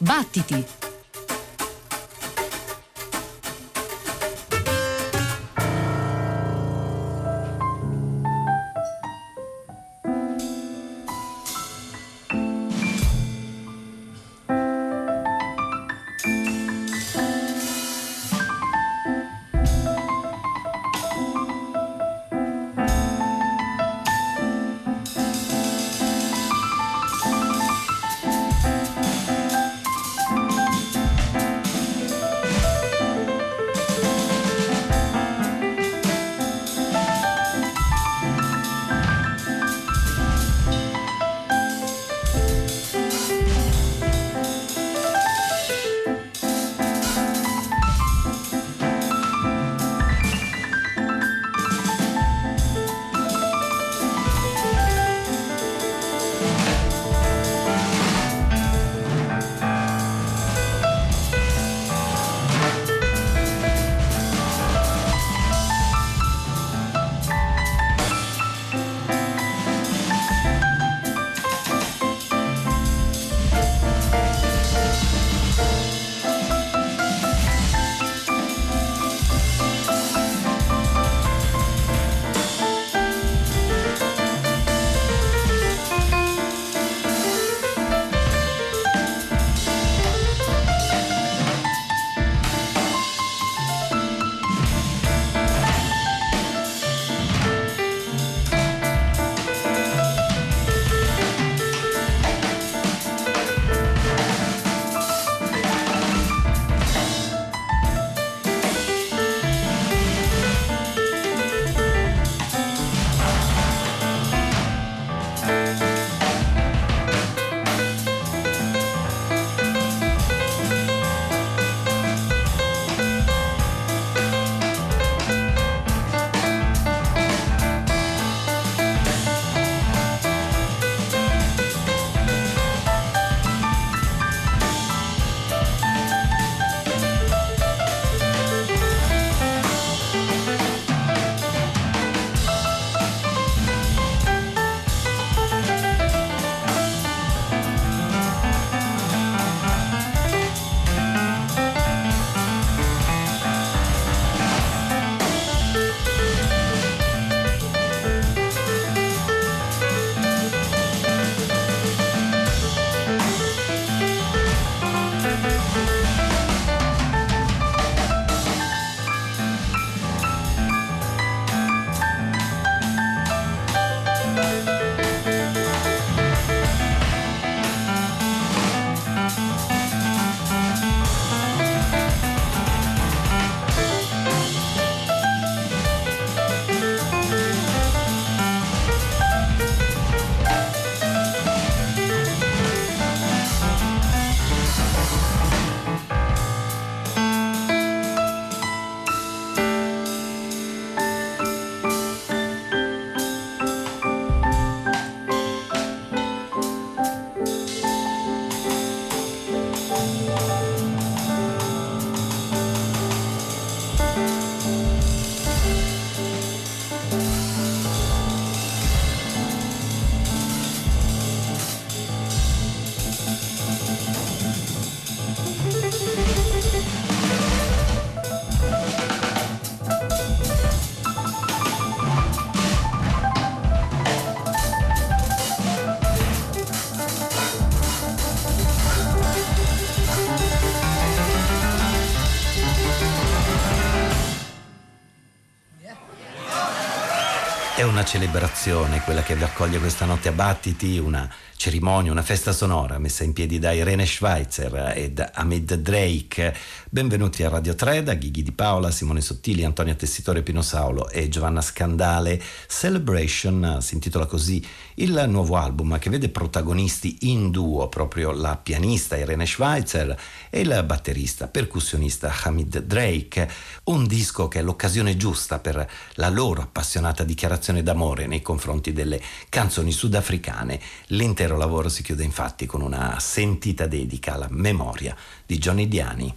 Battiti! È una celebrazione quella che vi accoglie questa notte a Battiti, una cerimonia, una festa sonora messa in piedi da Irene Schweitzer ed Hamid Drake. Benvenuti a Radio 3 da Ghighi Di Paola, Simone Sottili, Antonia Tessitore, Pino Saulo e Giovanna Scandale. Celebration si intitola così il nuovo album che vede protagonisti in duo proprio la pianista Irene Schweitzer e il batterista percussionista Hamid Drake. Un disco che è l'occasione giusta per la loro appassionata dichiarazione d'amore nei confronti delle canzoni sudafricane. L'intero lavoro si chiude infatti con una sentita dedica alla memoria di Johnny Diani.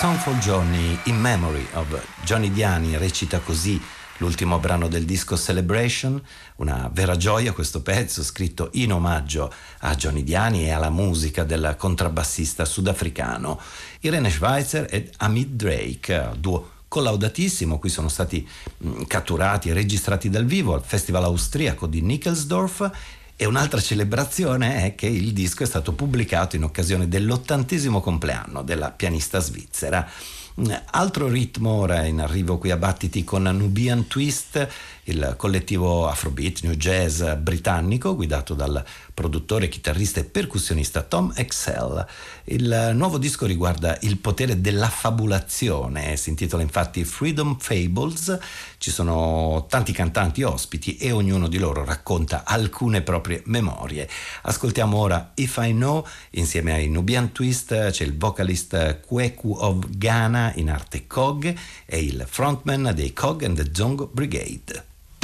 Song for Johnny, In Memory of Johnny Diani, recita così l'ultimo brano del disco Celebration, una vera gioia questo pezzo scritto in omaggio a Johnny Diani e alla musica del contrabbassista sudafricano Irene Schweitzer ed Amit Drake, duo collaudatissimo. Qui sono stati catturati e registrati dal vivo al festival austriaco di Nickelsdorf. E un'altra celebrazione è che il disco è stato pubblicato in occasione dell'80° compleanno della pianista svizzera. Altro ritmo ora in arrivo qui a Battiti con Nubian Twist, il collettivo Afrobeat New Jazz britannico guidato dal produttore, chitarrista e percussionista Tom Excel. Il nuovo disco riguarda il potere dell'affabulazione, si intitola infatti Freedom Fables. Ci sono tanti cantanti ospiti e ognuno di loro racconta alcune proprie memorie. Ascoltiamo ora If I Know, insieme ai Nubian Twist c'è il vocalist Kweku of Ghana, in arte Cog, e il frontman dei Cog and the Zongo Brigade.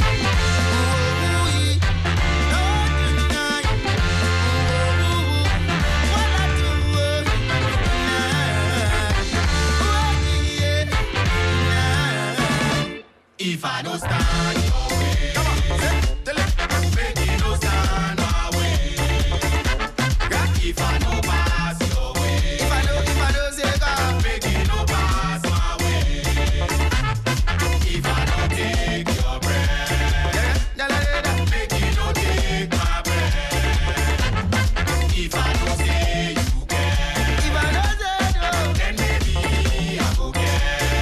If I don't stand your way, come on, make it no stand my way. If I don't pass your way, if I don't say God, make it no pass my way. If I don't take your breath, make it no take my breath. If I don't say you can, if I don't say no, then maybe I go get.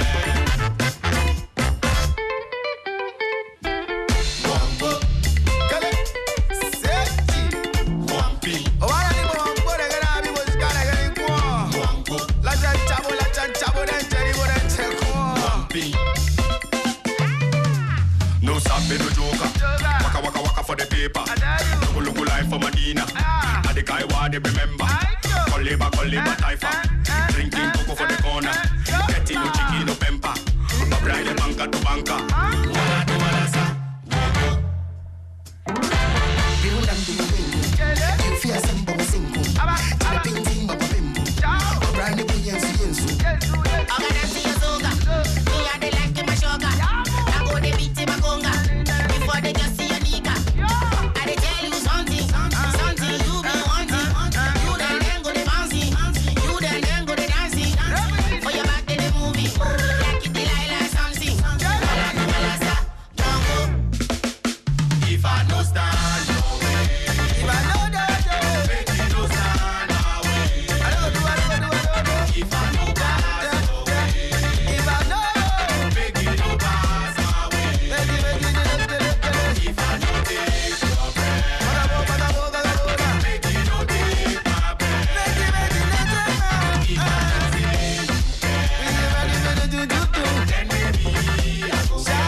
No sabe no joker, waka waka waka for the paper. Look life for Medina, and the guy want to remember. Coliba taifa, drinking cocoa for the corner. Getting no chicken no pemper, ride the banker to banker. Wala do wala sa, Bill and Bill, you fear some bubble single. Tell a painting bubble bimbo. Brand new yensu. if I no stand your way, if I no make it no stand my way. I don't do. If I no pass your way, if I no make it no pass my way. If I no take your breath, make it no take my breath. If I no say you can, then maybe I go back.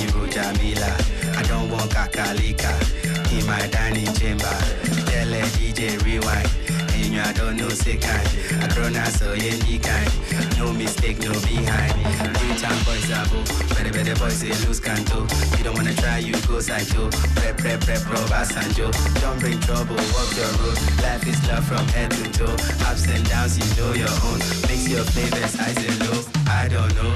Jamila, I don't want kakalika in my dining chamber. Tell lady don't know say kind. I grown up so yeah, me kind. No mistake, no behind. New town boys are boo. Better boys they lose control. You don't wanna try, you go psycho. Prep, Roba Sanjo. Don't bring trouble, walk your road. Life is love from head to toe. Ups and downs, you know your own. Mix your flavors, highs and lows. I don't know.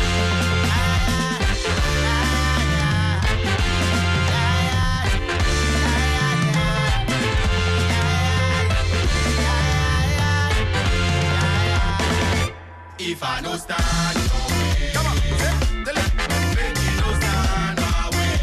If I no stand your way, come on, make you no stand my way.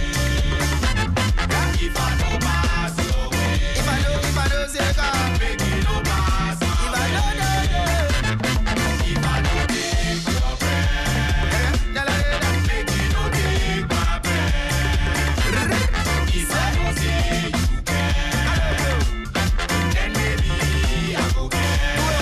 If I no pass your way, If I don't say God, make you no pass my way. If I no take your breath, make you no take my breath. If I no say you can, then maybe I go care.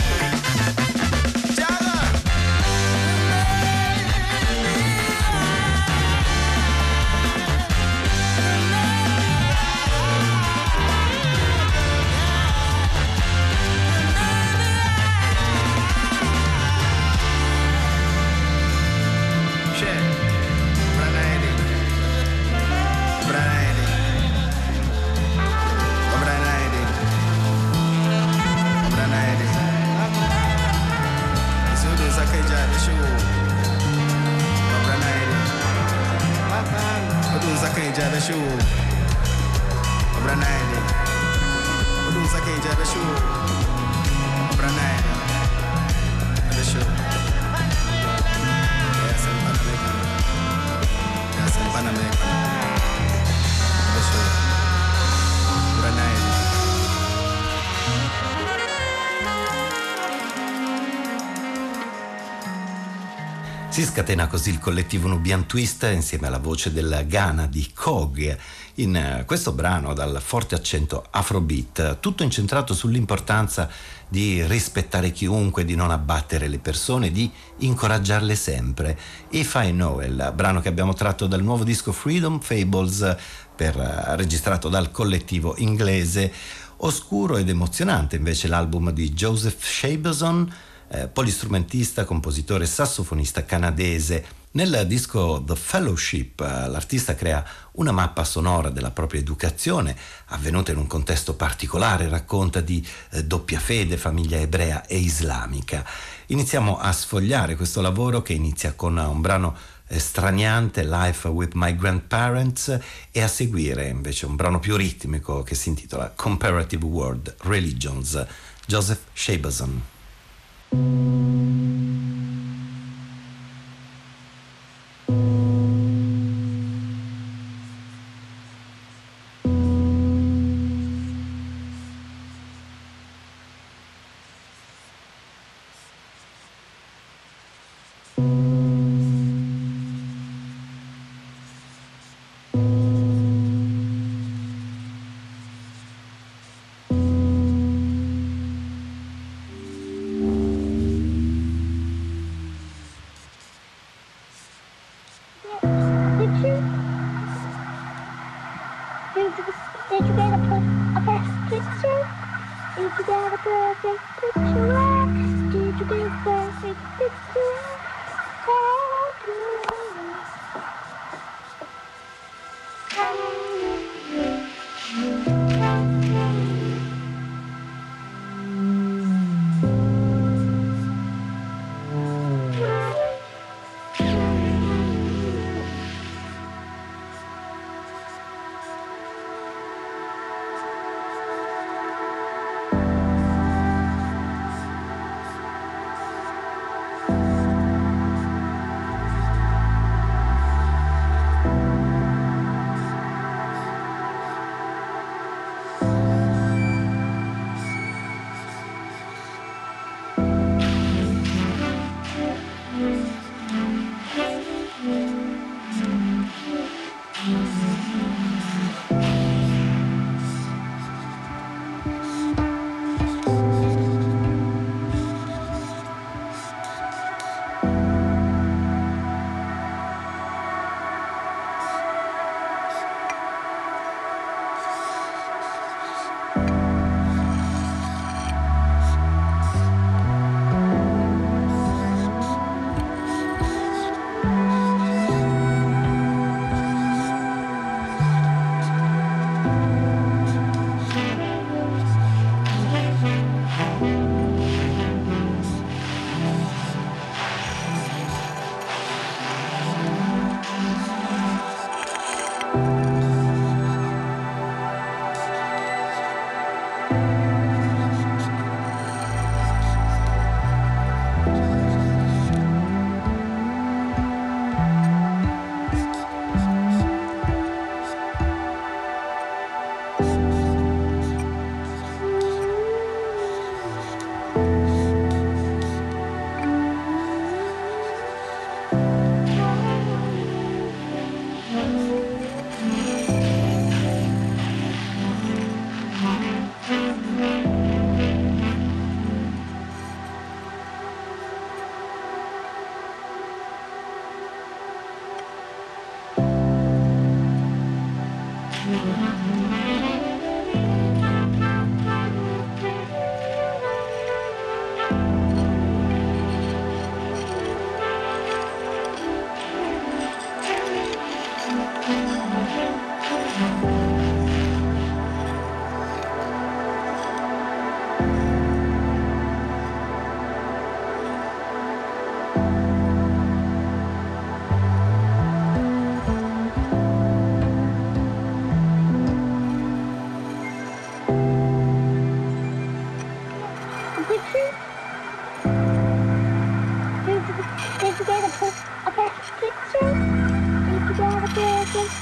Si scatena così il collettivo Nubian Twist insieme alla voce del Ghana di Kog in questo brano dal forte accento afrobeat, tutto incentrato sull'importanza di rispettare chiunque, di non abbattere le persone, di incoraggiarle sempre. If I Know è il brano che abbiamo tratto dal nuovo disco Freedom Fables registrato dal collettivo inglese. Oscuro ed emozionante invece l'album di Joseph Shabason, polistrumentista, compositore e sassofonista canadese. Nel disco The Fellowship l'artista crea una mappa sonora della propria educazione avvenuta in un contesto particolare, racconta di doppia fede, famiglia ebrea e islamica. Iniziamo a sfogliare questo lavoro che inizia con un brano straniante, Life with My Grandparents, e a seguire invece un brano più ritmico che si intitola Comparative World Religions, Joseph Shabason.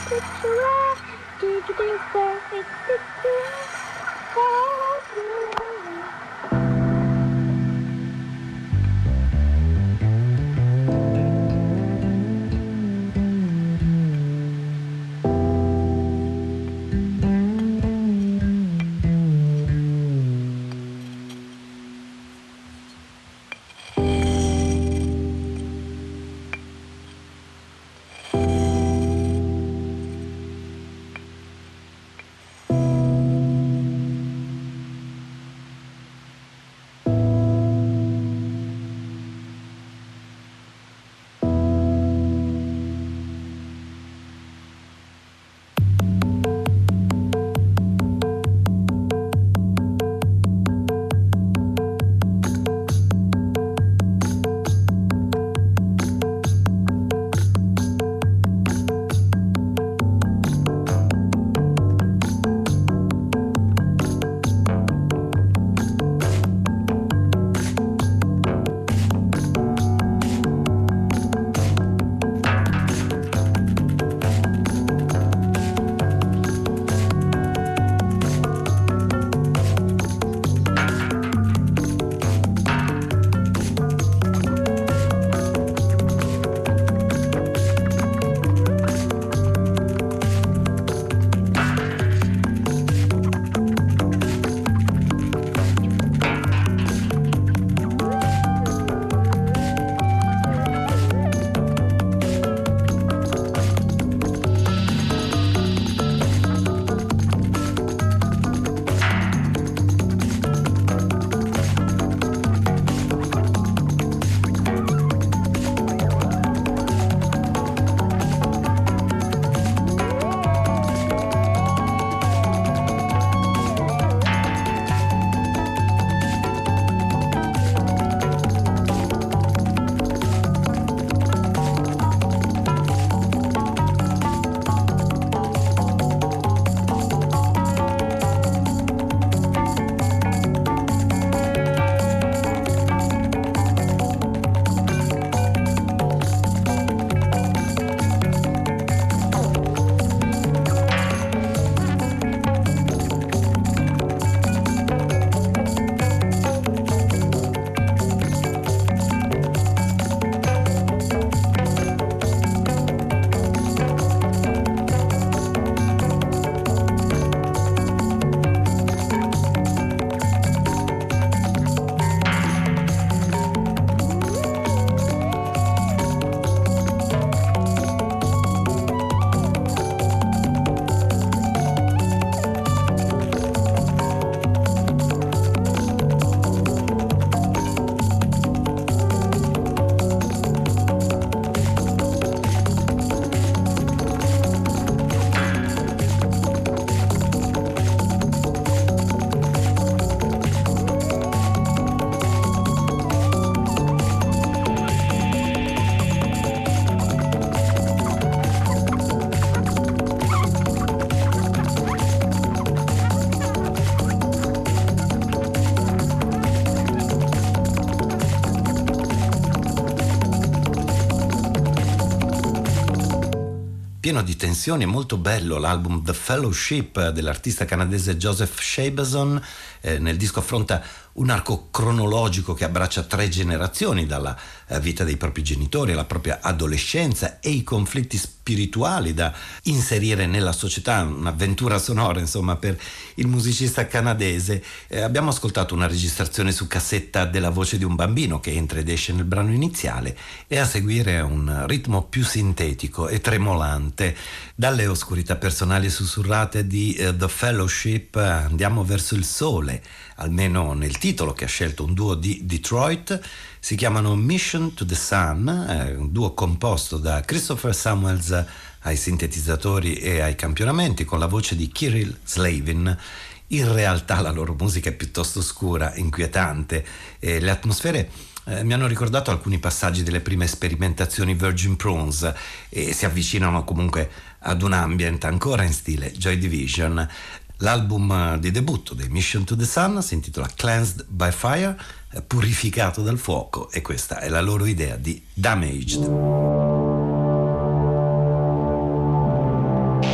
pieno di tensioni, è molto bello l'album The Fellowship dell'artista canadese Joseph Shabason. Nel disco affronta un arco cronologico che abbraccia 3 generazioni, dalla vita dei propri genitori alla propria adolescenza e i conflitti spirituali da inserire nella società, un'avventura sonora insomma per il musicista canadese. Abbiamo ascoltato una registrazione su cassetta della voce di un bambino che entra ed esce nel brano iniziale, e a seguire un ritmo più sintetico e tremolante. Dalle oscurità personali sussurrate di The Fellowship andiamo verso il sole, almeno nel titolo che ha scelto un duo di Detroit. Si chiamano Mission to the Sun, un duo composto da Christopher Samuels ai sintetizzatori e ai campionamenti, con la voce di Kirill Slavin. In realtà la loro musica è piuttosto scura, inquietante, e le atmosfere mi hanno ricordato alcuni passaggi delle prime sperimentazioni Virgin Prunes, e si avvicinano comunque ad un ambient ancora in stile Joy Division. L'album di debutto dei Mission to the Sun si intitola Cleansed by Fire, purificato dal fuoco, e questa è la loro idea di Damaged.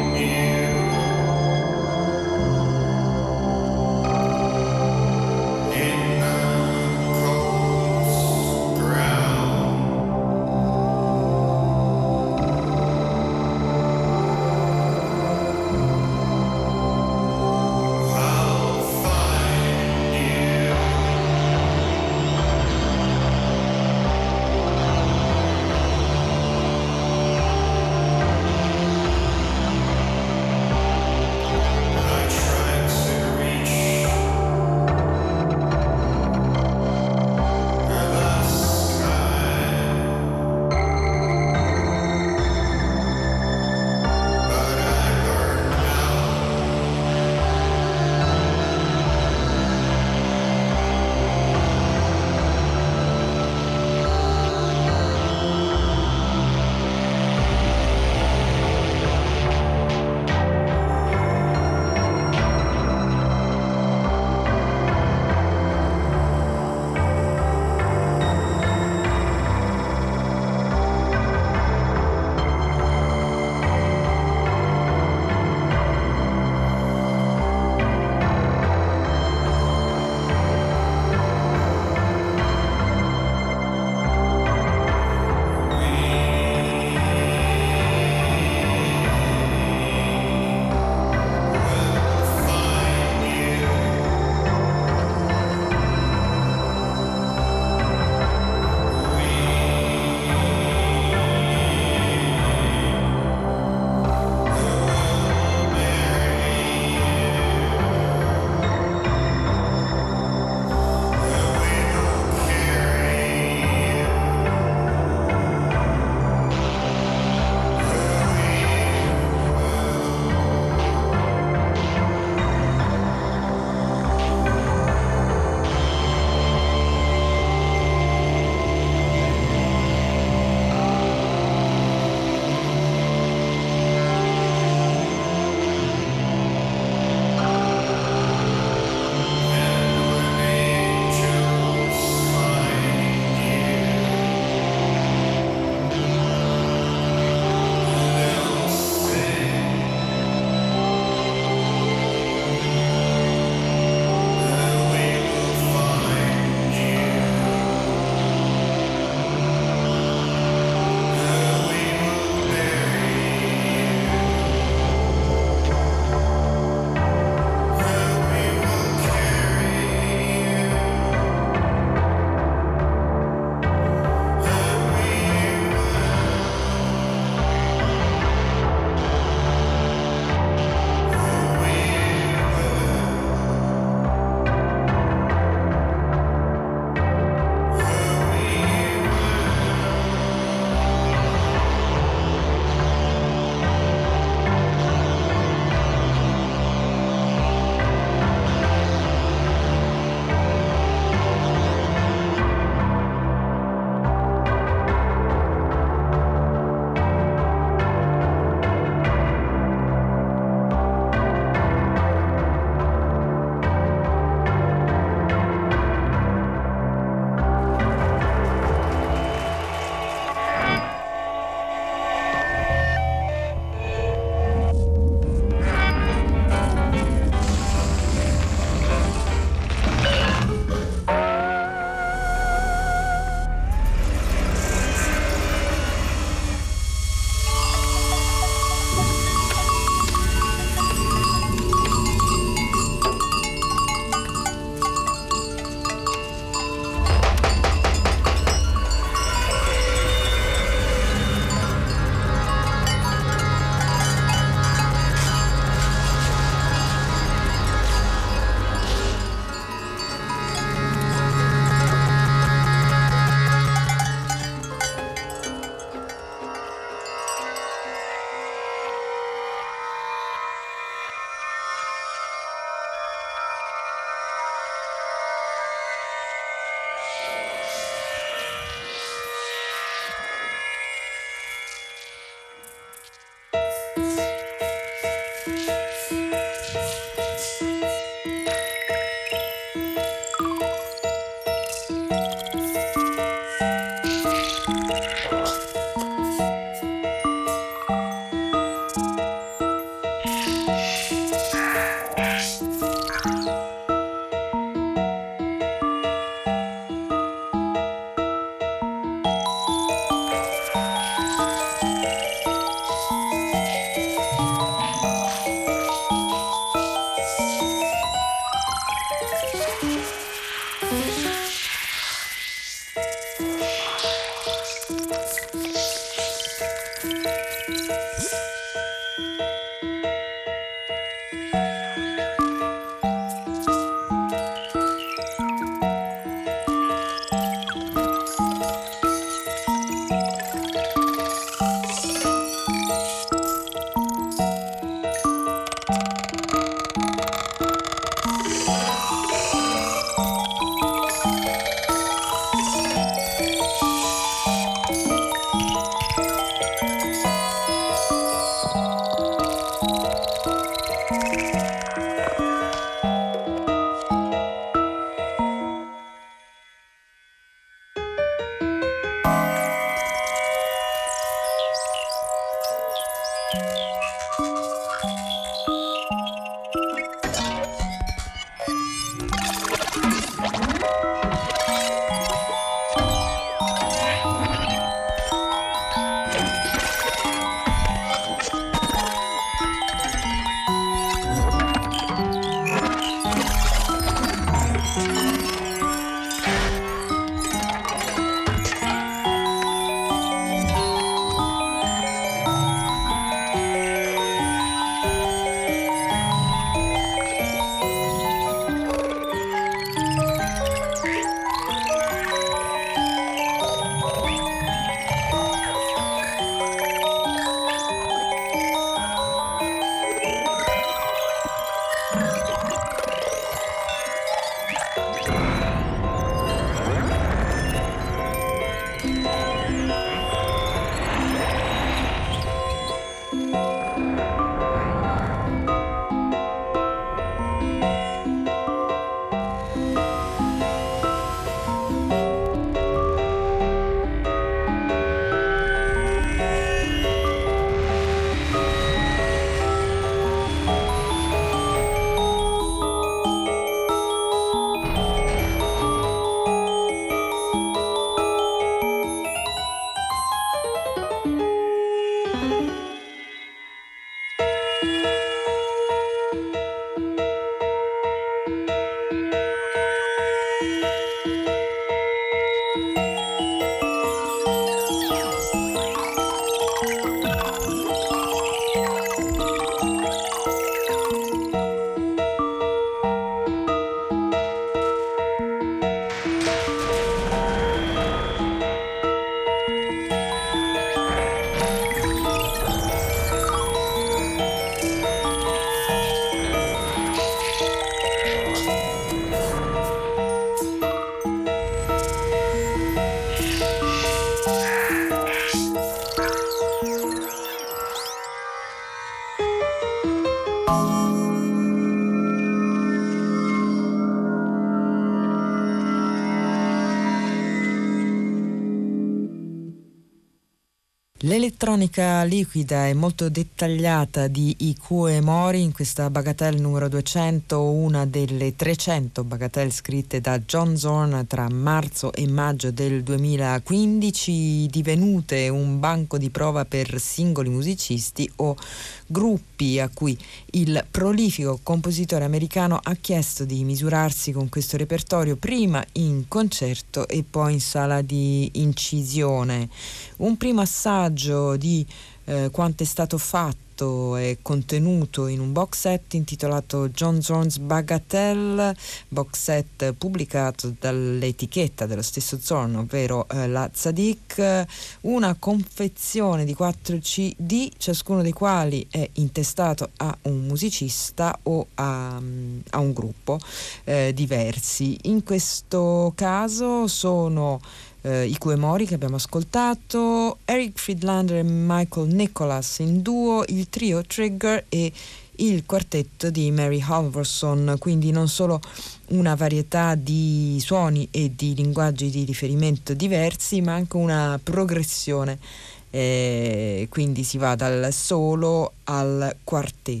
L'elettronica liquida e molto dettagliata di Ikue Mori in questa bagatelle numero 200, una delle 300 bagatelle scritte da John Zorn tra marzo e maggio del 2015, divenute un banco di prova per singoli musicisti o gruppi a cui il prolifico compositore americano ha chiesto di misurarsi con questo repertorio prima in concerto e poi in sala di incisione. Un primo assaggio di quanto è stato fatto e contenuto in un box set intitolato John Zorn's Bagatelle, box set pubblicato dall'etichetta dello stesso Zorn, ovvero la Tzadik, una confezione di 4 CD, ciascuno dei quali è intestato a un musicista o a un gruppo diversi. In questo caso sono Ikue Mori, che abbiamo ascoltato, Eric Friedlander e Michael Nicholas in duo, il trio Trigger e il quartetto di Mary Halvorson, quindi non solo una varietà di suoni e di linguaggi di riferimento diversi, ma anche una progressione, quindi si va dal solo al quartetto.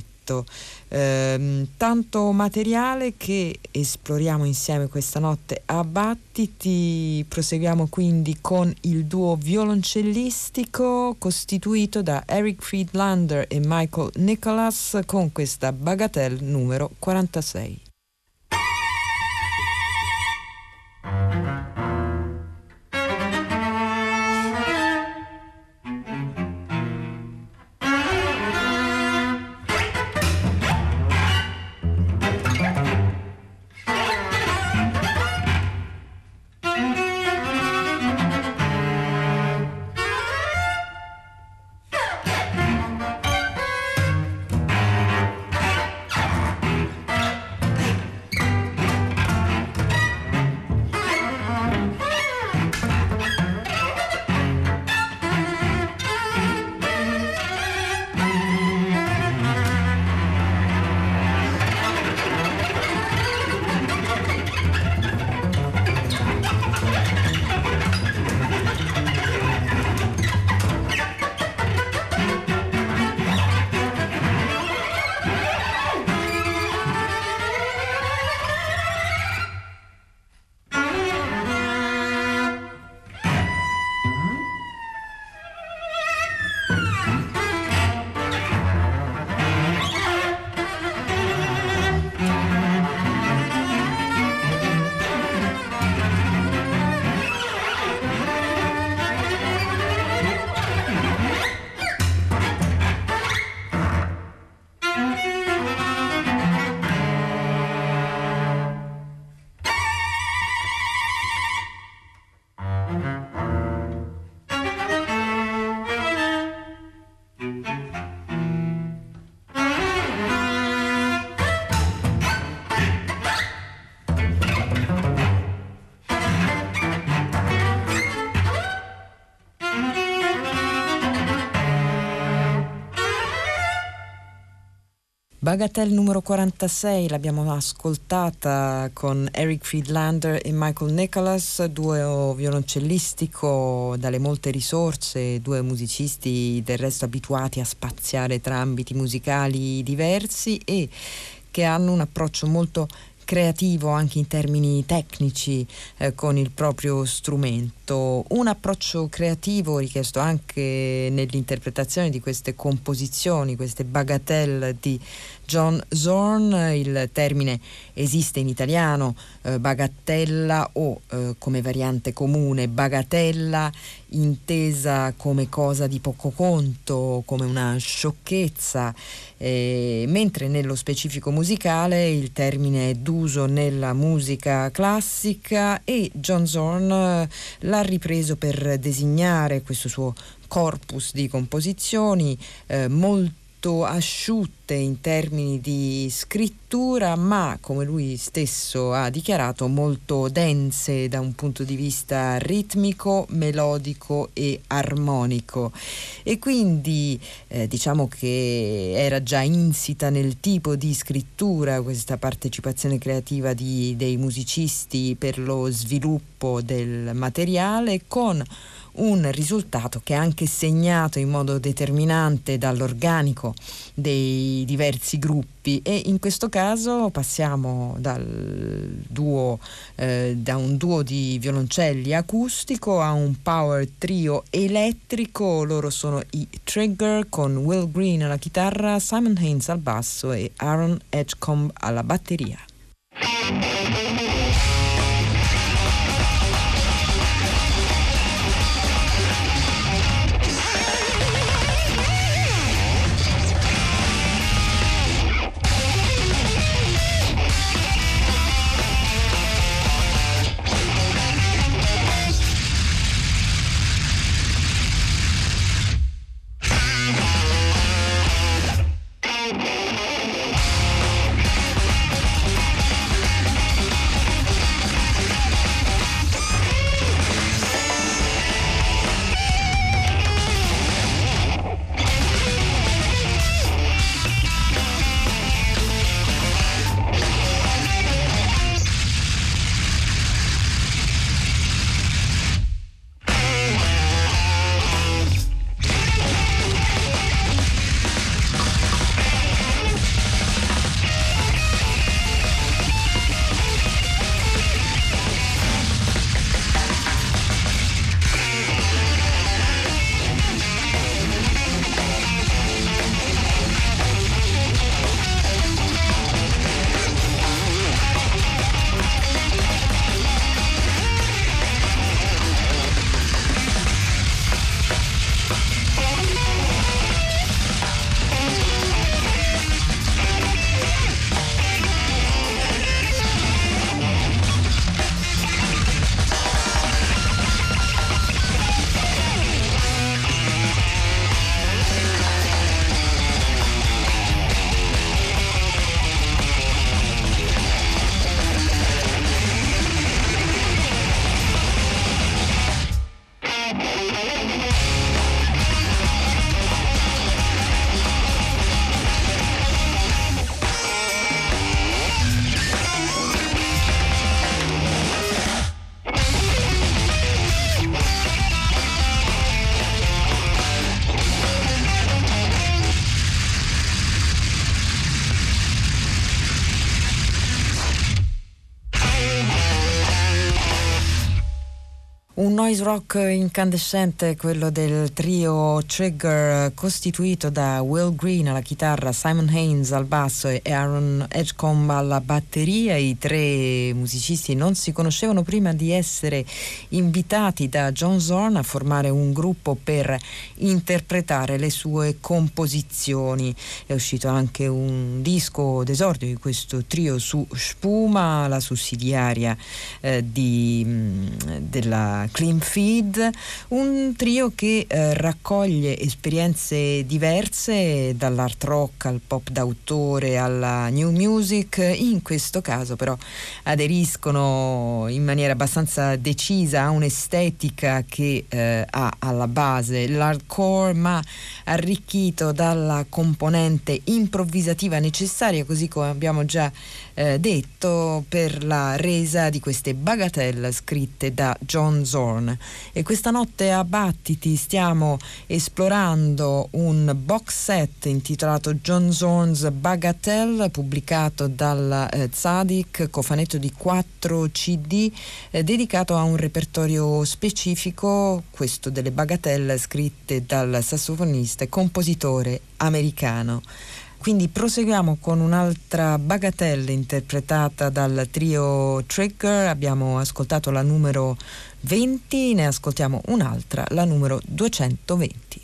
Tanto materiale che esploriamo insieme questa notte a Battiti. Proseguiamo quindi con il duo violoncellistico costituito da Eric Friedlander e Michael Nicholas con questa bagatelle numero 46. Bagatelle numero 46 l'abbiamo ascoltata con Eric Friedlander e Michael Nicholas, duo violoncellistico dalle molte risorse, due musicisti del resto abituati a spaziare tra ambiti musicali diversi e che hanno un approccio molto creativo anche in termini tecnici con il proprio strumento, un approccio creativo richiesto anche nell'interpretazione di queste composizioni, queste bagatelle di John Zorn. Il termine esiste in italiano, bagattella o come variante comune bagatella, intesa come cosa di poco conto, come una sciocchezza, mentre nello specifico musicale il termine è d'uso nella musica classica e John Zorn l'ha ripreso per designare questo suo corpus di composizioni molto asciutte in termini di scrittura, ma come lui stesso ha dichiarato molto dense da un punto di vista ritmico, melodico e armonico, e quindi diciamo che era già insita nel tipo di scrittura questa partecipazione creativa dei musicisti per lo sviluppo del materiale, con un risultato che è anche segnato in modo determinante dall'organico dei diversi gruppi, e in questo caso passiamo da un duo di violoncelli acustico a un power trio elettrico. Loro sono i Trigger, con Will Green alla chitarra, Simon Haynes al basso e Aaron Edgecombe alla batteria. Un noise rock incandescente, quello del trio Trigger, costituito da Will Green alla chitarra, Simon Haynes al basso e Aaron Edgecombe alla batteria. I tre musicisti non si conoscevano prima di essere invitati da John Zorn a formare un gruppo per interpretare le sue composizioni. È uscito anche un disco d'esordio di questo trio su Spuma, la sussidiaria della Clean Feed, un trio che raccoglie esperienze diverse, dall'art rock al pop d'autore alla new music. In questo caso però aderiscono in maniera abbastanza decisa a un'estetica che ha alla base l'hardcore, ma arricchito dalla componente improvvisativa necessaria, così come abbiamo già detto, per la resa di queste bagatelle scritte da John Zorn. E questa notte a Battiti stiamo esplorando un box set intitolato John Zorn's Bagatelle, pubblicato dalla Tzadik, cofanetto di 4 CD, dedicato a un repertorio specifico, questo delle bagatelle scritte dal sassofonista e compositore americano. Quindi proseguiamo con un'altra bagatelle interpretata dal trio Trigger. Abbiamo ascoltato la numero 20, ne ascoltiamo un'altra, la numero 220.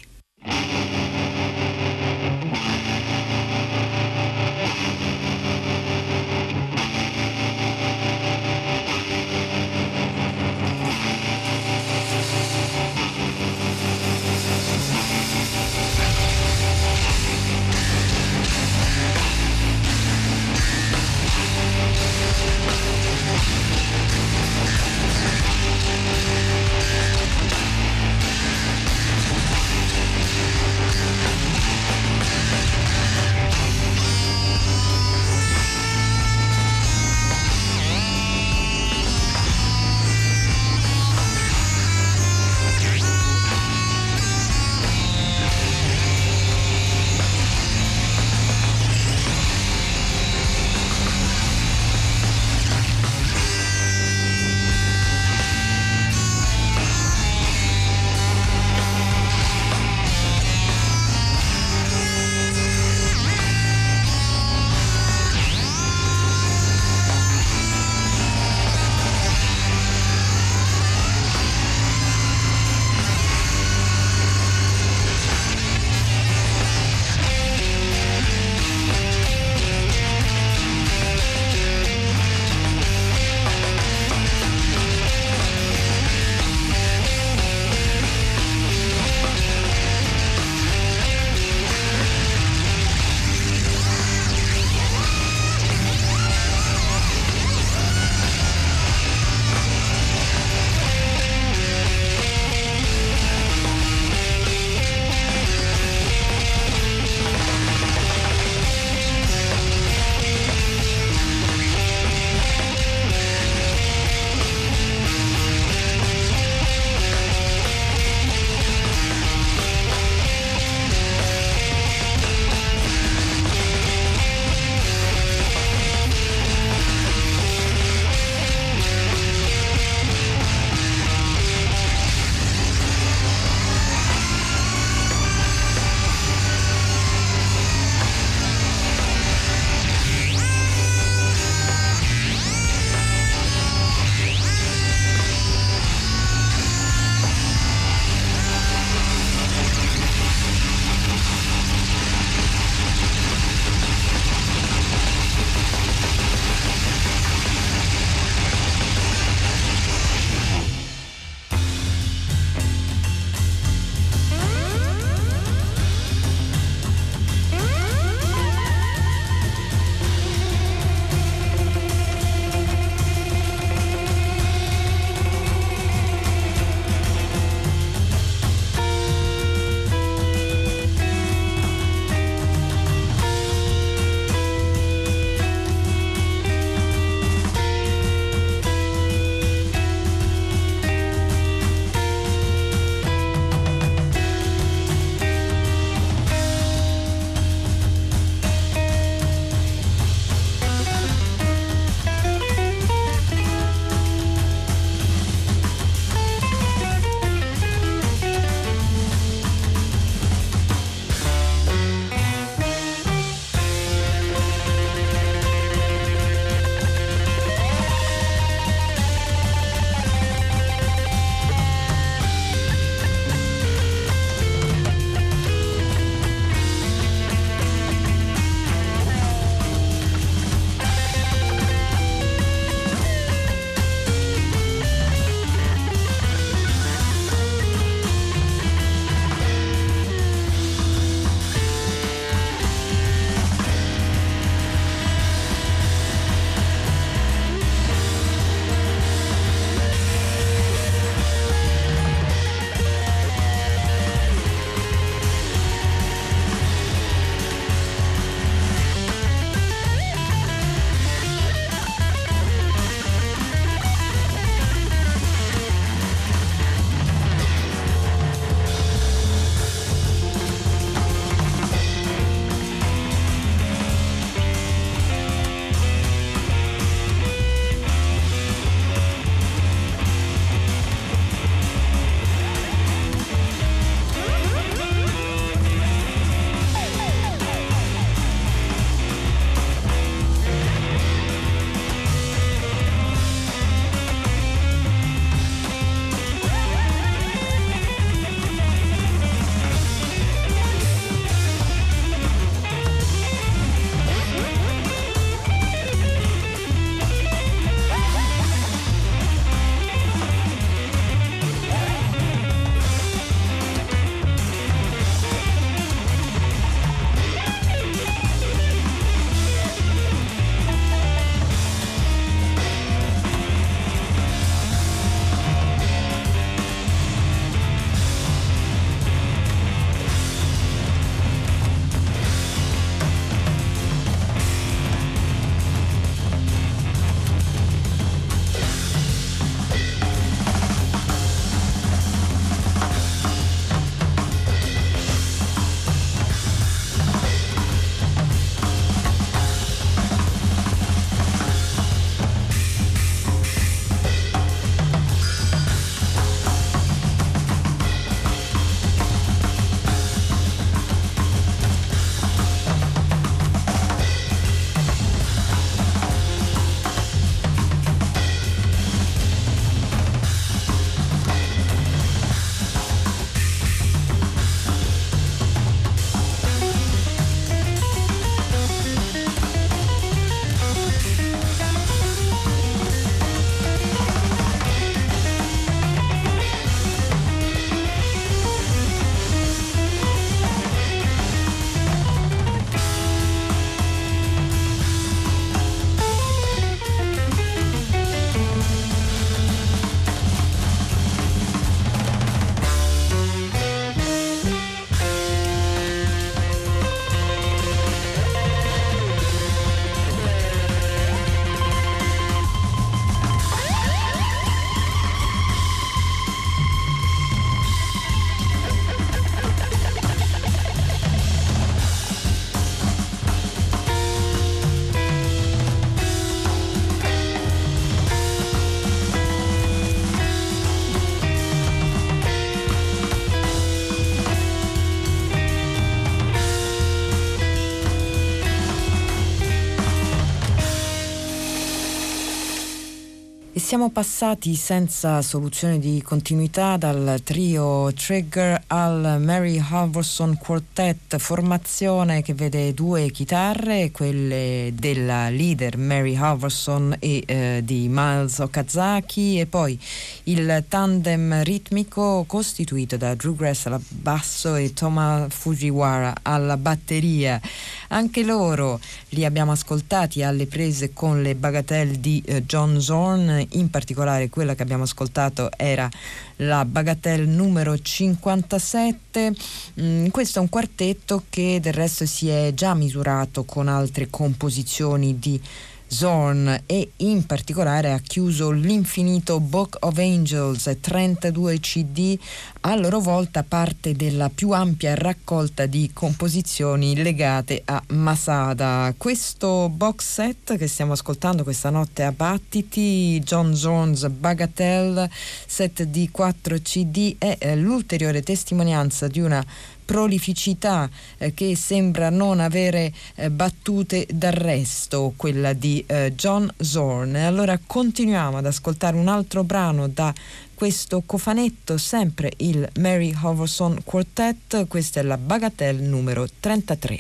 siamo passati senza soluzione di continuità dal trio Trigger al Mary Halvorson Quartet, formazione che vede due chitarre, quelle della leader Mary Halvorson e di Miles Okazaki, e poi il tandem ritmico costituito da Drew Grass al basso e Toma Fujiwara alla batteria. Anche loro li abbiamo ascoltati alle prese con le bagatelle di John Zorn, in particolare quella che abbiamo ascoltato era la bagatelle numero 57. Questo è un quartetto che del resto si è già misurato con altre composizioni di Zorn e in particolare ha chiuso l'infinito Book of Angels, 32 CD, a loro volta parte della più ampia raccolta di composizioni legate a Masada. Questo box set che stiamo ascoltando questa notte a Battiti, John Zorn's Bagatelle, set di 4 CD, è l'ulteriore testimonianza di una prolificità che sembra non avere battute d'arresto, quella di John Zorn. Allora continuiamo ad ascoltare un altro brano da questo cofanetto, sempre il Mary Halvorson Quartet. Questa è la bagatelle numero 33.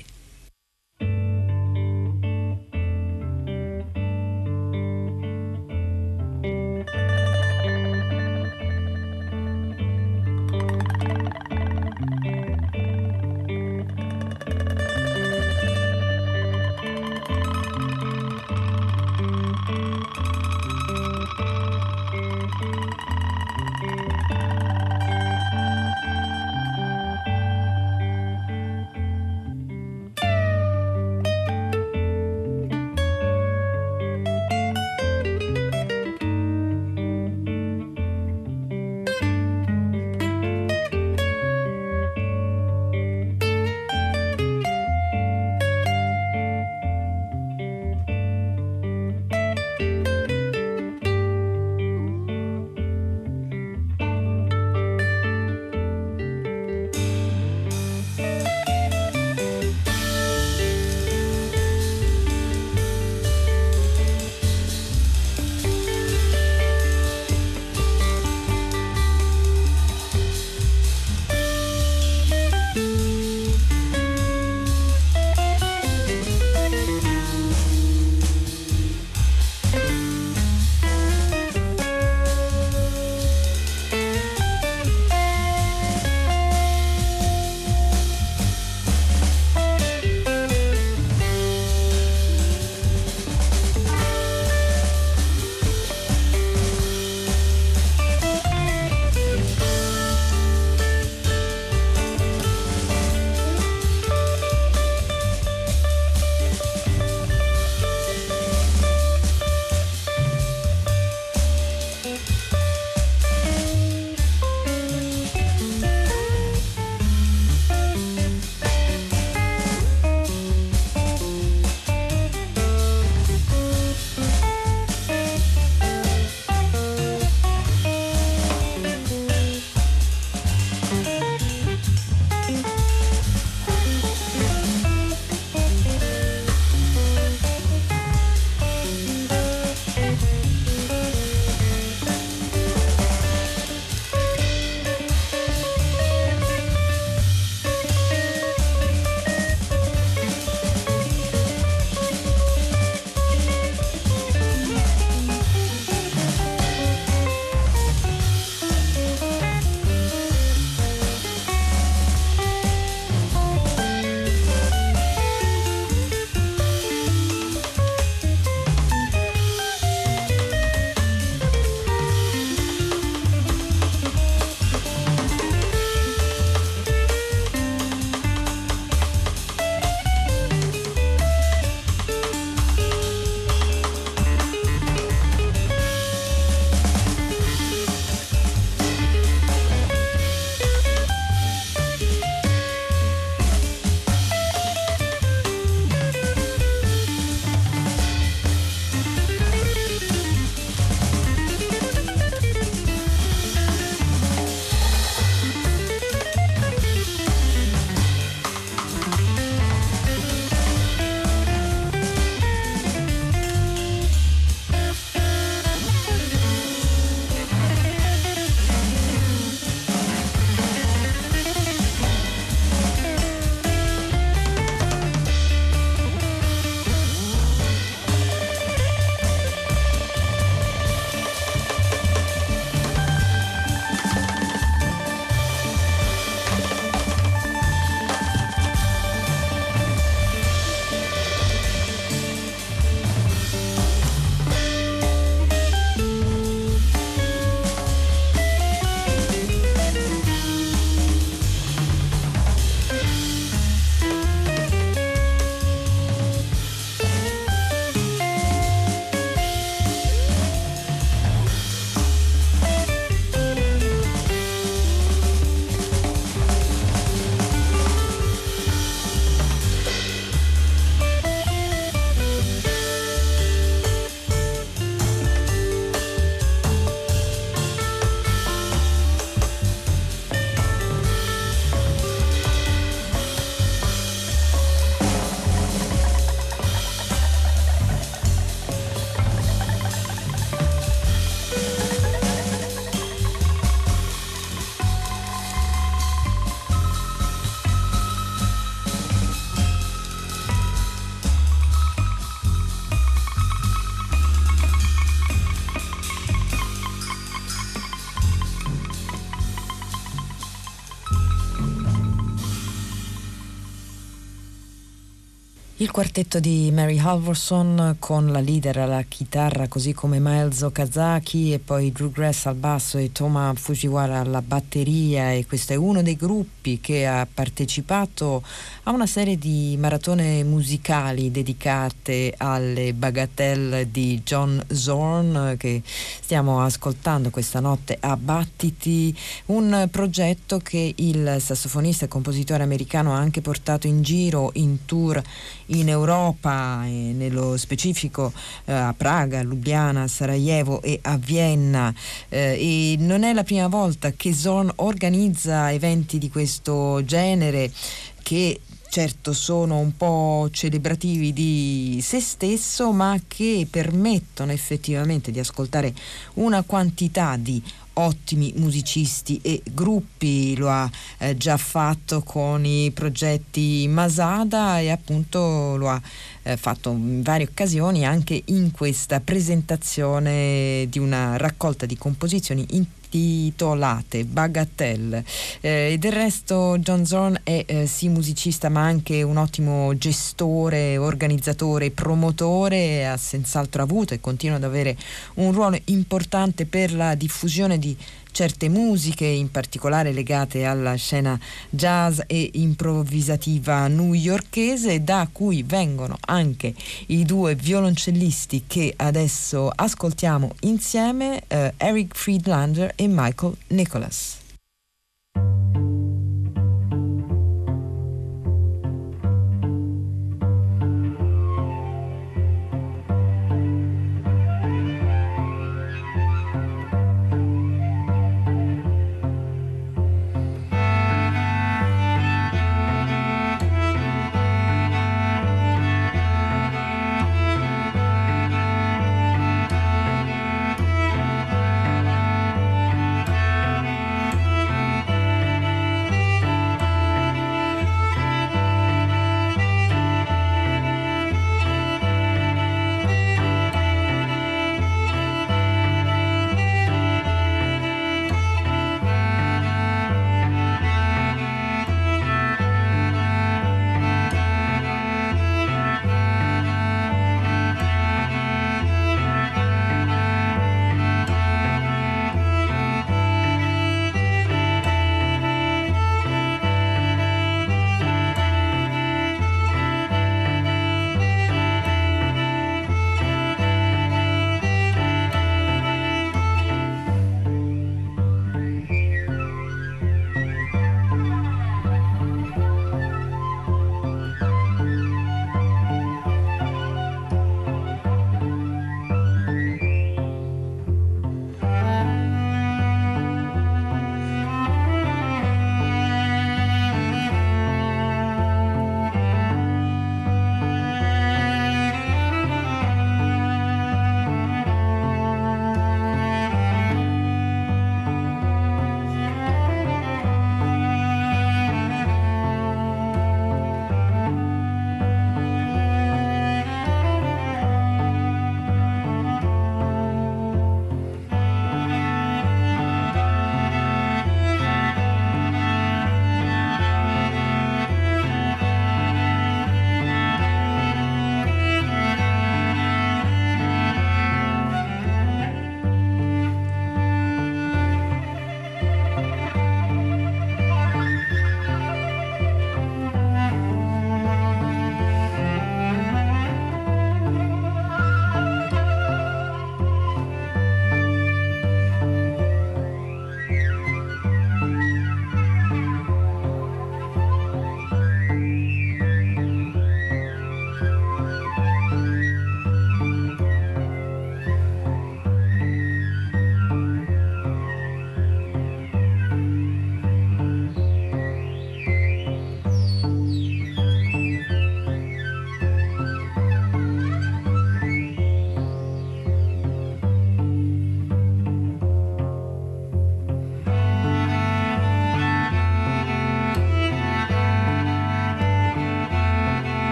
Il quartetto di Mary Halvorson con la leader alla chitarra, così come Miles Okazaki, e poi Drew Grass al basso e Toma Fujiwara alla batteria, e questo è uno dei gruppi che ha partecipato a una serie di maratone musicali dedicate alle bagatelle di John Zorn che stiamo ascoltando questa notte a Battiti, un progetto che il sassofonista e compositore americano ha anche portato in giro in tour in Europa, e nello specifico a Praga, a Lubiana, a Sarajevo e a Vienna, e non è la prima volta che Zorn organizza eventi di questo genere, che certo sono un po' celebrativi di se stesso, ma che permettono effettivamente di ascoltare una quantità di ottimi musicisti e gruppi. Lo ha già fatto con i progetti Masada, e appunto lo ha fatto in varie occasioni anche in questa presentazione di una raccolta di composizioni intitolate Bagatelle. E del resto John Zorn è sì musicista, ma anche un ottimo gestore, organizzatore, promotore. Ha senz'altro avuto e continua ad avere un ruolo importante per la diffusione di certe musiche, in particolare legate alla scena jazz e improvvisativa newyorkese, da cui vengono anche i due violoncellisti che adesso ascoltiamo insieme, Eric Friedlander e Michael Nicholas.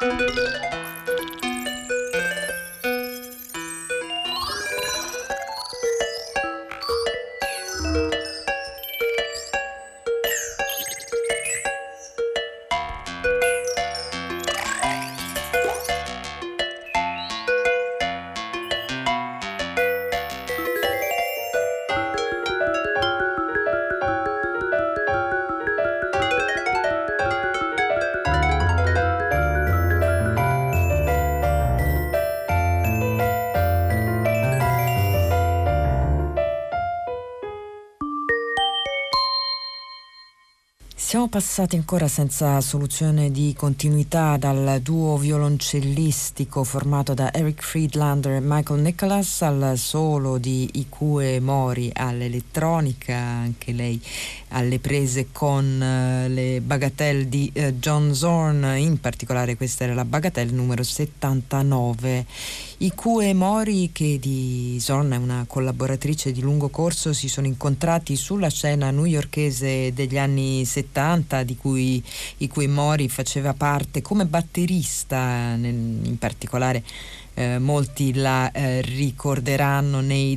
Siamo passati ancora senza soluzione di continuità dal duo violoncellistico formato da Eric Friedlander e Michael Nicholas al solo di Ikue Mori all'elettronica, anche lei alle prese con le bagatelle di John Zorn, in particolare questa era la bagatelle numero 79. Ikue Mori, che di Zorn è una collaboratrice di lungo corso, si sono incontrati sulla scena newyorkese degli anni 70, di cui Ikue Mori faceva parte come batterista, in particolare molti la ricorderanno nei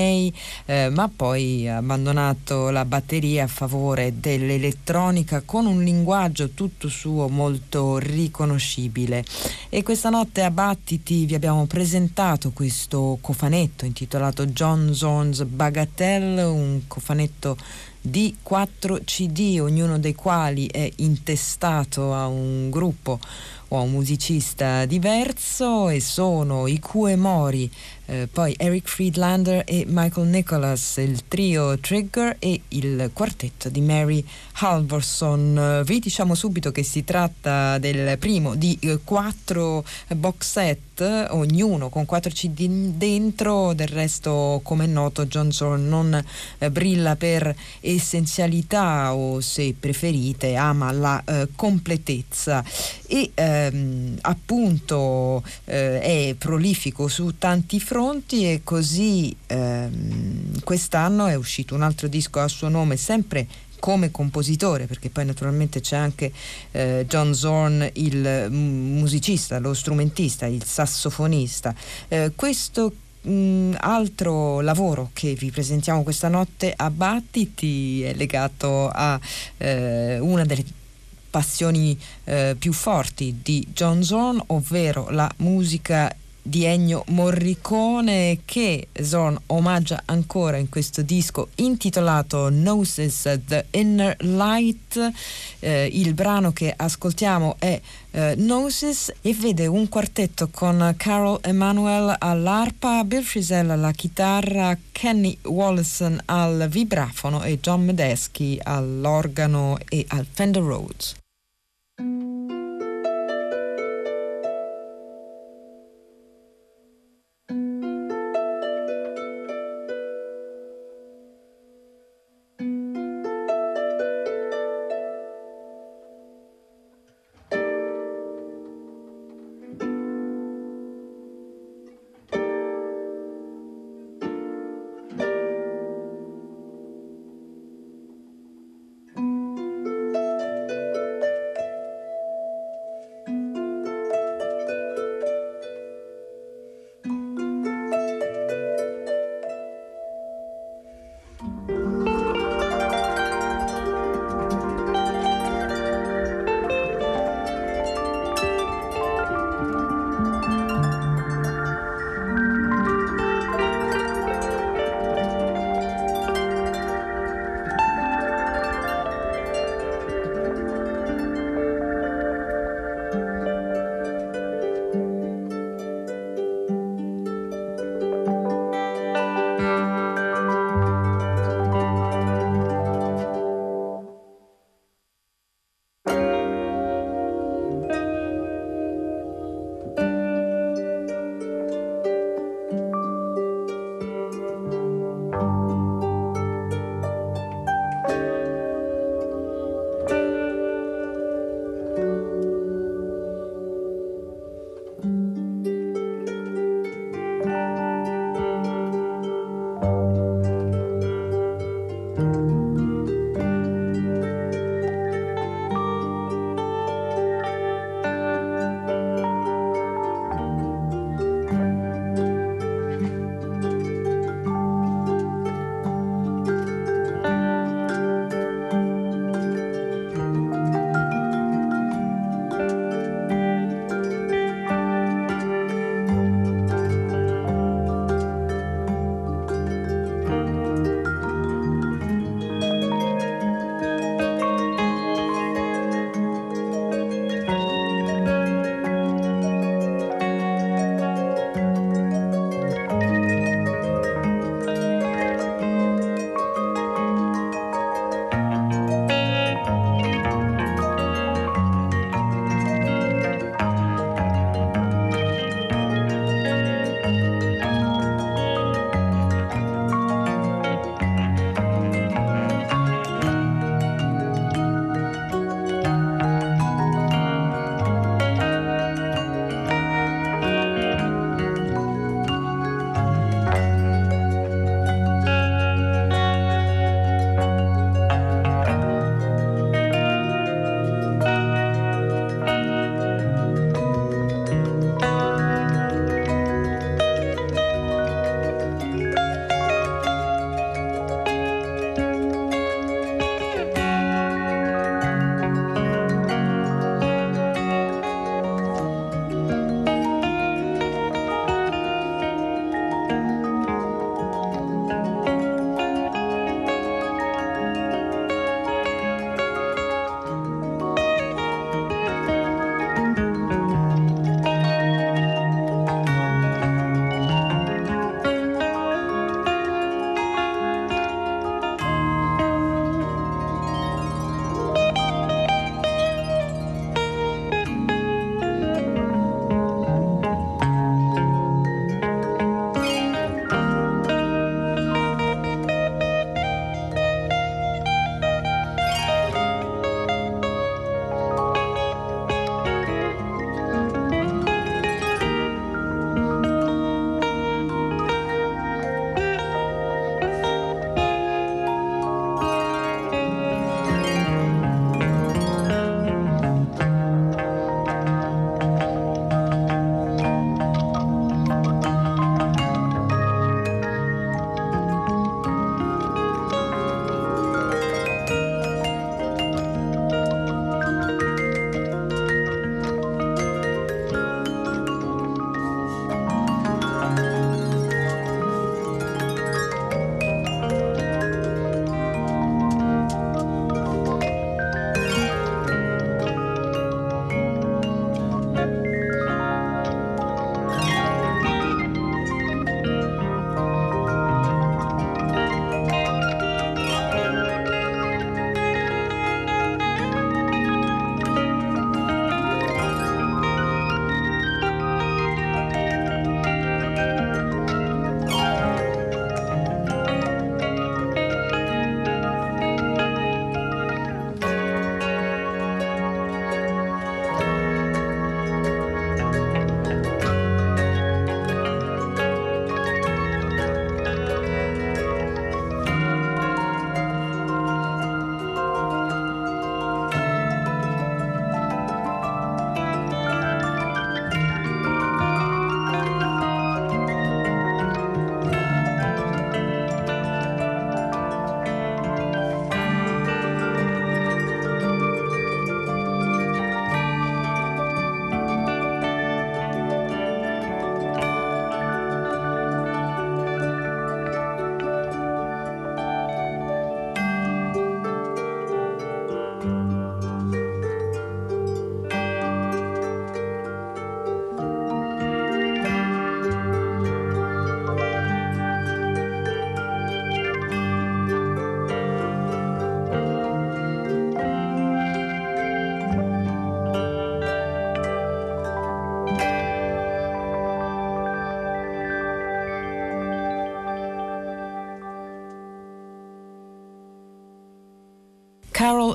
DNA, ma poi ha abbandonato la batteria a favore dell'elettronica con un linguaggio tutto suo molto riconoscibile. E questa notte a Battiti vi abbiamo presentato questo cofanetto intitolato John Zorn's Bagatelle, un cofanetto di 4 CD, ognuno dei quali è intestato a un gruppo o a un musicista diverso, e sono Ikue Mori, poi Eric Friedlander e Michael Nicholas, il trio Trigger e il quartetto di Mary Halvorson. Vi diciamo subito che si tratta del primo di 4 box set, ognuno con 4 CD dentro. Del resto, come è noto, John Zorn non brilla per essenzialità, o se preferite ama la completezza, e appunto è prolifico su tanti fronti, e così quest'anno è uscito un altro disco a suo nome, sempre come compositore, perché poi naturalmente c'è anche John Zorn, il musicista, lo strumentista, il sassofonista. Questo altro lavoro che vi presentiamo questa notte a Battiti è legato a una delle passioni più forti di John Zorn, ovvero la musica di Ennio Morricone, che Zorn omaggia ancora in questo disco intitolato Gnosis The Inner Light. Il brano che ascoltiamo è Gnosis, e vede un quartetto con Carol Emanuel all'arpa, Bill Frisell alla chitarra, Kenny Wollesen al vibrafono e John Medeski all'organo e al Fender Rhodes.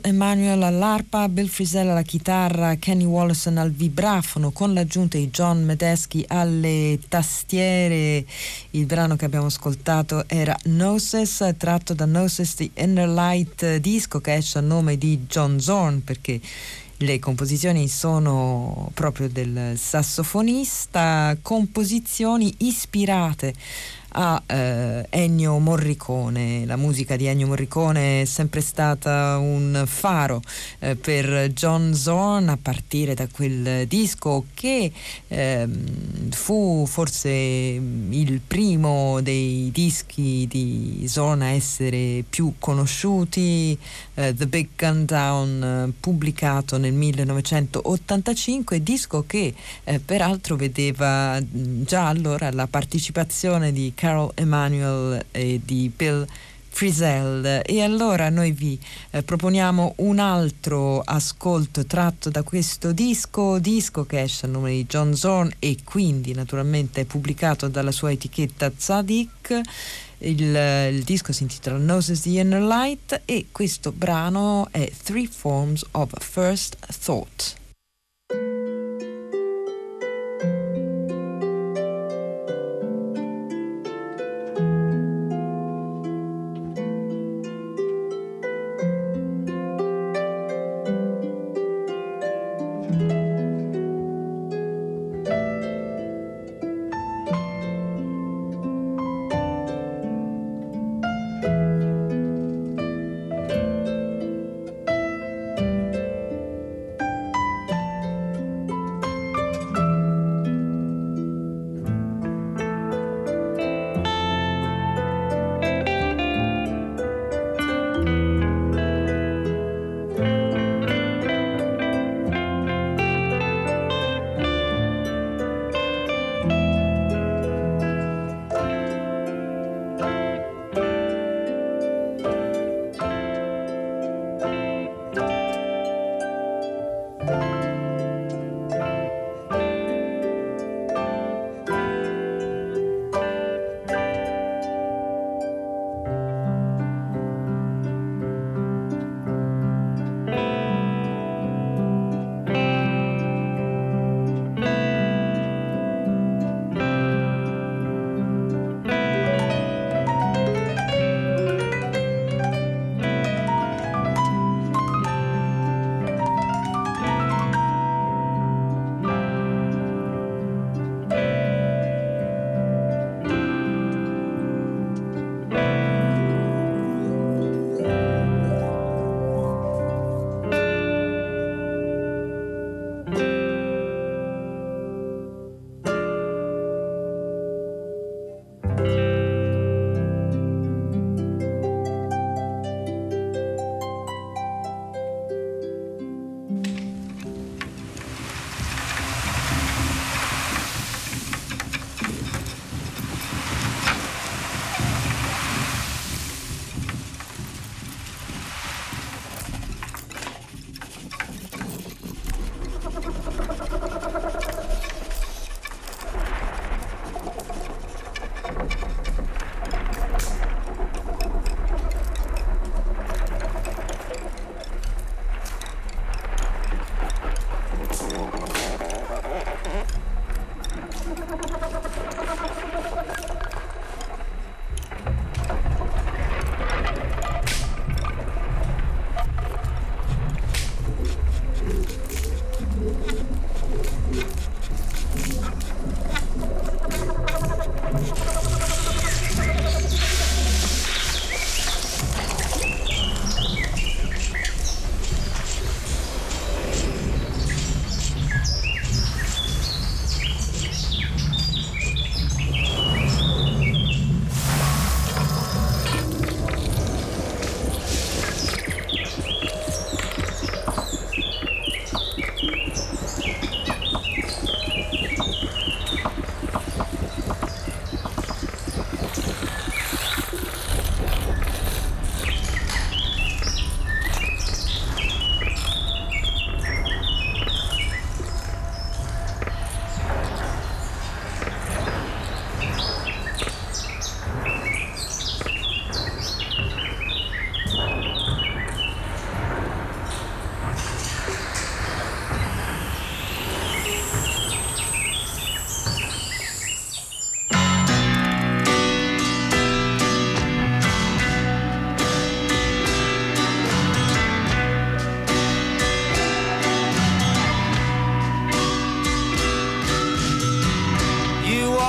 Emanuel all'arpa, Bill Frisell alla chitarra, Kenny Wollesen al vibrafono con l'aggiunta di John Medeski alle tastiere. Il brano che abbiamo ascoltato era Gnosis, tratto da Gnosis The Inner Light, disco che esce a nome di John Zorn perché le composizioni sono proprio del sassofonista, composizioni ispirate a Ennio Morricone. La musica di Ennio Morricone è sempre stata un faro per John Zorn, a partire da quel disco che fu forse il primo dei dischi di Zorn a essere più conosciuti, The Big Gun Down, pubblicato nel 1985, disco che peraltro vedeva già allora la partecipazione di Carol Emanuel e di Bill Frisell. E allora noi vi proponiamo un altro ascolto tratto da questo disco che esce a nome di John Zorn e quindi naturalmente è pubblicato dalla sua etichetta Tzadik. Il disco si intitola Gnosis The Inner Light e questo brano è Three Forms of First Thought.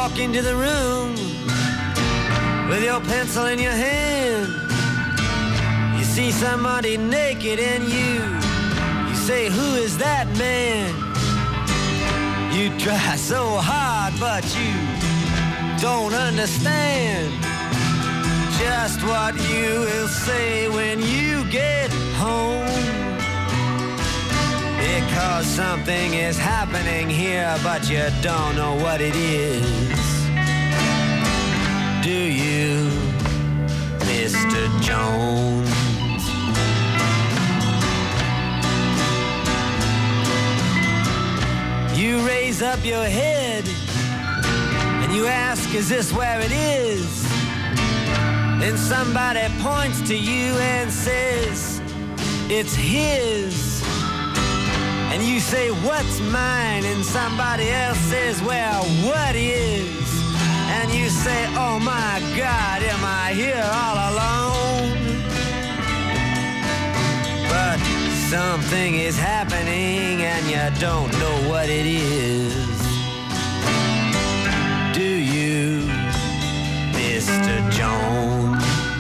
walk into the room with your pencil in your hand. You see somebody naked and you say, who is that man? You try so hard, but you don't understand just what you will say when you get home. Because something is happening here, but you don't know what it is. Do you, Mr. Jones? You raise up your head and you ask, is this where it is? Then somebody points to you and says, it's his. And you say, what's mine? And somebody else says, well, what is? And you say, oh my God, am I here all alone? But something is happening and you don't know what it is. Do you, Mr. Jones?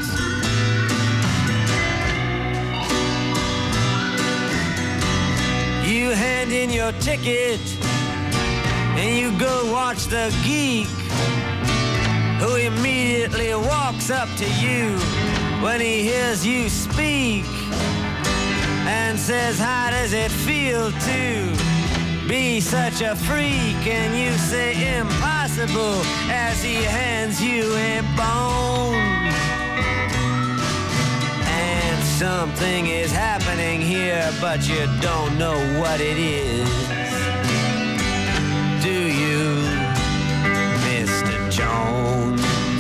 You hand in your ticket and you go watch the geek, who immediately walks up to you when he hears you speak and says, how does it feel to be such a freak? And you say, impossible, as he hands you a bone. And something is happening here, but you don't know what it is. Do you, Mr. Jones?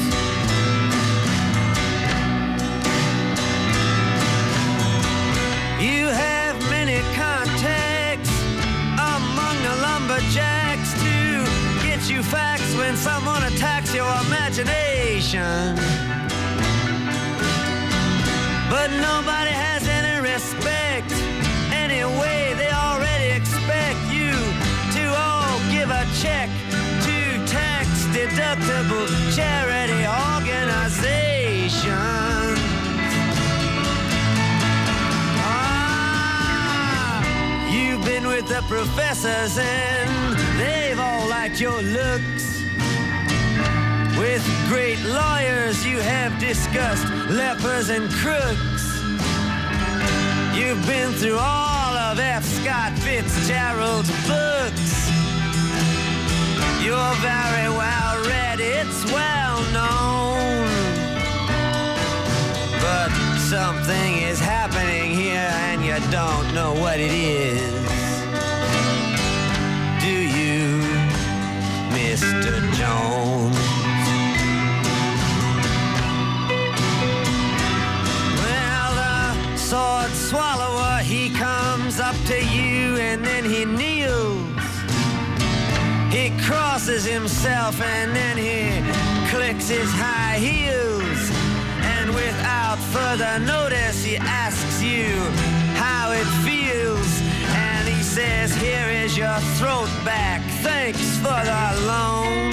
You have many contacts among the lumberjacks to get you facts when someone attacks your imagination. But nobody has any respect. Anyway, they already expect you to all give a check to tax-deductible charity organizations. You've been with the professors and they've all liked your looks. With great lawyers you have discussed lepers and crooks. You've been through all of F. Scott Fitzgerald's books. You're very well read, it's well known. But something is happening here and you don't know what it is. Do you, Mr. Jones? Well, the sword swallower, he comes up to you and then he kneels. He crosses himself and then he clicks his high heels. And without further notice, he asks you how it feels. And he says, here is your throat back, thanks for the loan.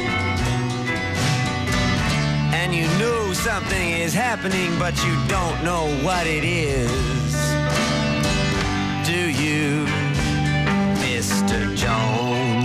And you know something is happening, but you don't know what it is. Do you, Mr. Jones?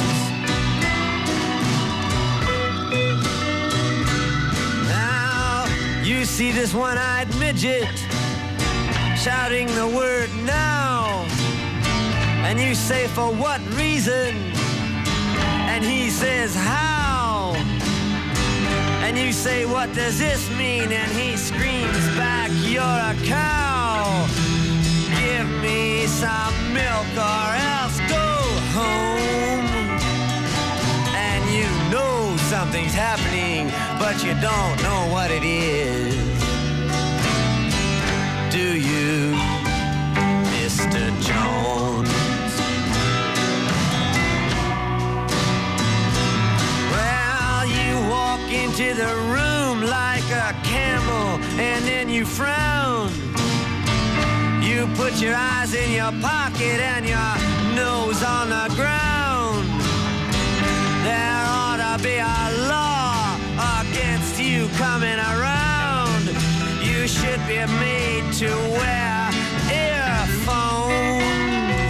You see this one-eyed midget shouting the word now. And you say, for what reason? And he says, how? And you say, what does this mean? And he screams back, you're a cow. Give me some milk or else go home. And you know something's happening, but you don't know what it is. Do you, Mr. Jones? Well, you walk into the room like a camel and then you frown. You put your eyes in your pocket and your nose on the ground. There ought to be a to wear earphones,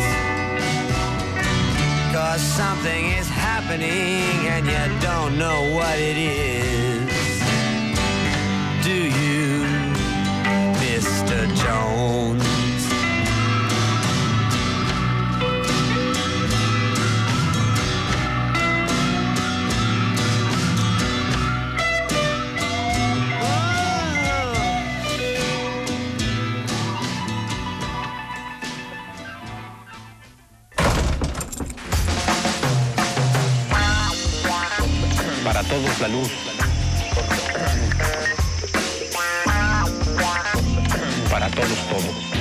'cause something is happening and you don't know what it is. Do you, Mr. Jones? Para todos la luz. Para todos todo.